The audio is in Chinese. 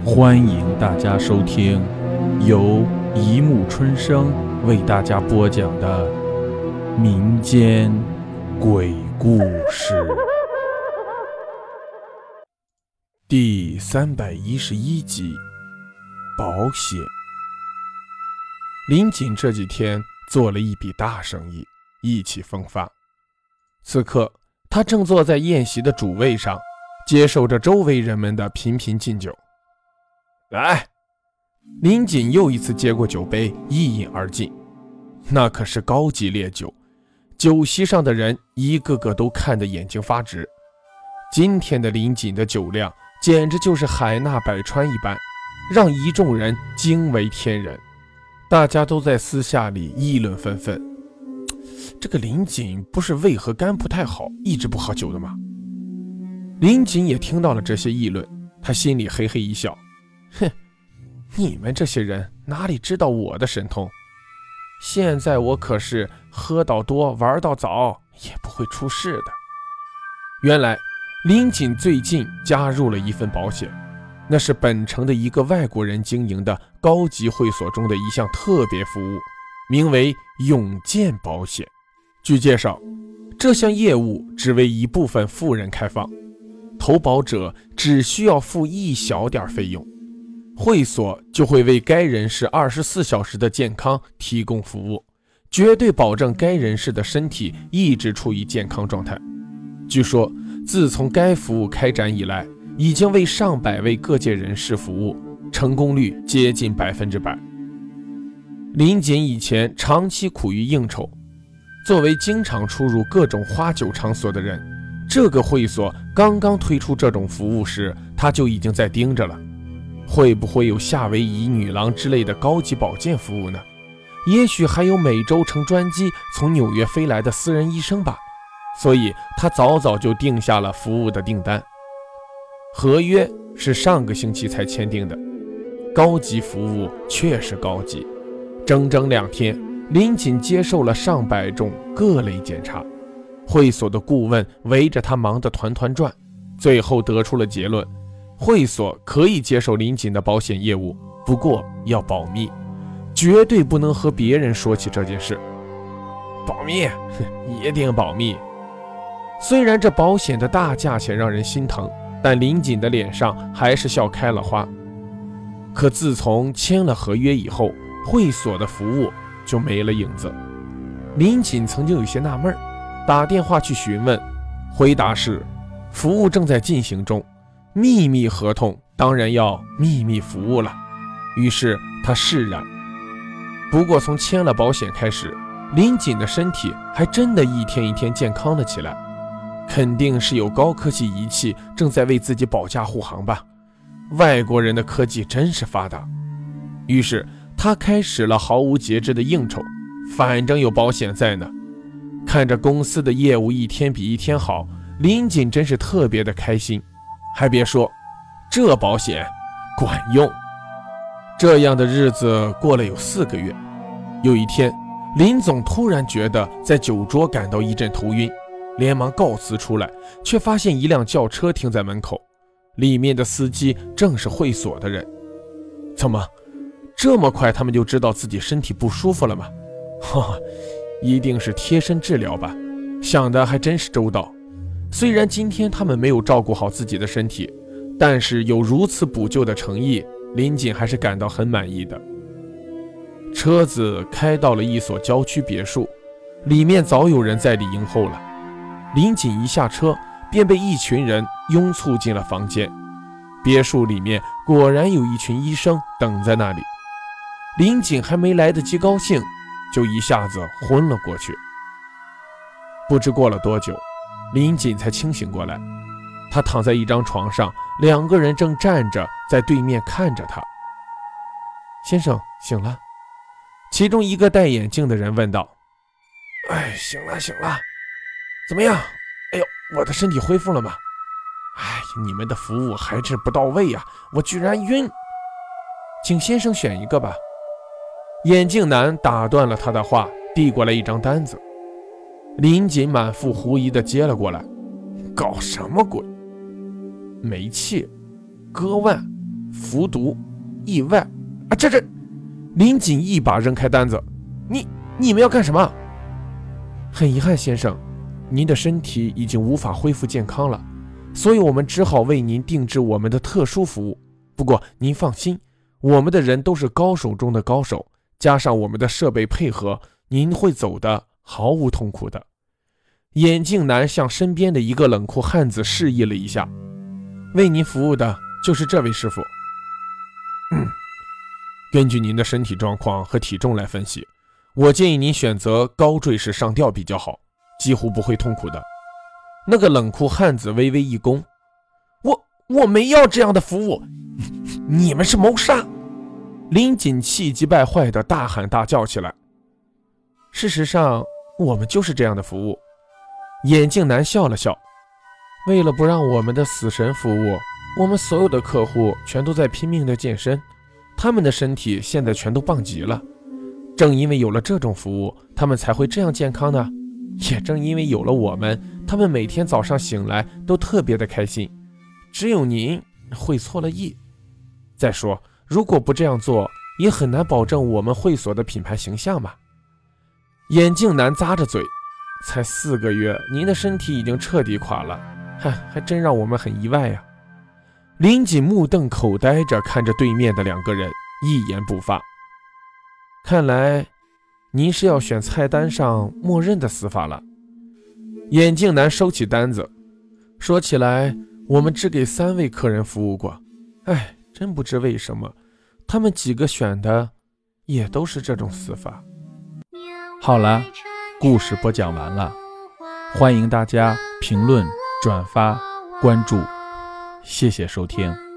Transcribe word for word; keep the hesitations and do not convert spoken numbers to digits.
欢迎大家收听由一木春生为大家播讲的民间鬼故事第三百一十一集，保险。林锦这几天做了一笔大生意，意气风发。此刻他正坐在宴席的主位上，接受着周围人们的频频敬酒。来，林锦又一次接过酒杯，一饮而尽。那可是高级烈酒，酒席上的人一个个都看得眼睛发直。今天的林锦的酒量简直就是海纳百川一般，让一众人惊为天人。大家都在私下里议论纷纷，这个林锦不是胃和肝不太好，一直不喝酒的吗？林锦也听到了这些议论，他心里嘿嘿一笑，哼，你们这些人哪里知道我的神通？现在我可是喝到多玩到早，也不会出事的。原来林锦最近加入了一份保险，那是本城的一个外国人经营的高级会所中的一项特别服务，名为永健保险。据介绍，这项业务只为一部分富人开放，投保者只需要付一小点费用，会所就会为该人士二十四小时的健康提供服务，绝对保证该人士的身体一直处于健康状态。据说自从该服务开展以来，已经为上百位各界人士服务，成功率接近百分之百。林锦以前长期苦于应酬，作为经常出入各种花酒场所的人，这个会所刚刚推出这种服务时，他就已经在盯着了。会不会有夏威夷女郎之类的高级保健服务呢？也许还有每周乘专机从纽约飞来的私人医生吧。所以他早早就定下了服务的订单。合约是上个星期才签订的，高级服务确实高级。整整两天，林锦接受了上百种各类检查，会所的顾问围着他忙得团团转，最后得出了结论，会所可以接受林锦的保险业务，不过要保密，绝对不能和别人说起这件事。保密，一定保密。虽然这保险的大价钱让人心疼，但林锦的脸上还是笑开了花。可自从签了合约以后，会所的服务就没了影子。林锦曾经有些纳闷，打电话去询问，回答是服务正在进行中，秘密合同当然要秘密服务了。于是他释然。不过从签了保险开始，林锦的身体还真的一天一天健康了起来，肯定是有高科技仪器正在为自己保驾护航吧。外国人的科技真是发达。于是他开始了毫无节制的应酬，反正有保险在呢。看着公司的业务一天比一天好，林锦真是特别的开心。还别说，这保险管用。这样的日子过了有四个月，有一天林总突然觉得在酒桌感到一阵头晕，连忙告辞出来，却发现一辆轿车停在门口，里面的司机正是会所的人。怎么这么快他们就知道自己身体不舒服了吗？哈，一定是贴身治疗吧，想的还真是周到。虽然今天他们没有照顾好自己的身体，但是有如此补救的诚意，林锦还是感到很满意的。车子开到了一所郊区别墅，里面早有人在里迎候了。林锦一下车便被一群人拥簇进了房间，别墅里面果然有一群医生等在那里。林锦还没来得及高兴，就一下子昏了过去。不知过了多久，林锦才清醒过来，他躺在一张床上，两个人正站着在对面看着他。先生醒了？其中一个戴眼镜的人问道。哎，醒了醒了，怎么样？哎呦，我的身体恢复了吗？哎，你们的服务还是不到位啊，我居然晕。请先生选一个吧。眼镜男打断了他的话，递过来一张单子。林锦满腹狐疑地接了过来。搞什么鬼？煤气、割腕、 服毒、意外啊！这这，林锦一把扔开单子，你你们要干什么？很遗憾，先生，您的身体已经无法恢复健康了，所以我们只好为您定制我们的特殊服务。不过您放心，我们的人都是高手中的高手，加上我们的设备配合，您会走得毫无痛苦的。眼镜男向身边的一个冷酷汉子示意了一下，为您服务的就是这位师傅。嗯，根据您的身体状况和体重来分析，我建议您选择高坠式上吊比较好，几乎不会痛苦的。那个冷酷汉子微微一躬，我我没要这样的服务，你们是谋杀！林锦气急败坏地大喊大叫起来。事实上，我们就是这样的服务。眼镜男笑了笑，为了不让我们的死神服务，我们所有的客户全都在拼命的健身，他们的身体现在全都棒极了。正因为有了这种服务，他们才会这样健康呢。也正因为有了我们，他们每天早上醒来都特别的开心。只有您会错了意。再说，如果不这样做，也很难保证我们会所的品牌形象嘛。眼镜男咂着嘴，才四个月，您的身体已经彻底垮了，还还真让我们很意外呀。林锦目瞪口呆着看着对面的两个人，一言不发。看来您是要选菜单上默认的死法了。眼镜男收起单子，说起来我们只给三位客人服务过，哎，真不知为什么他们几个选的也都是这种死法。 好了，故事播讲完了，欢迎大家评论、转发、关注，谢谢收听。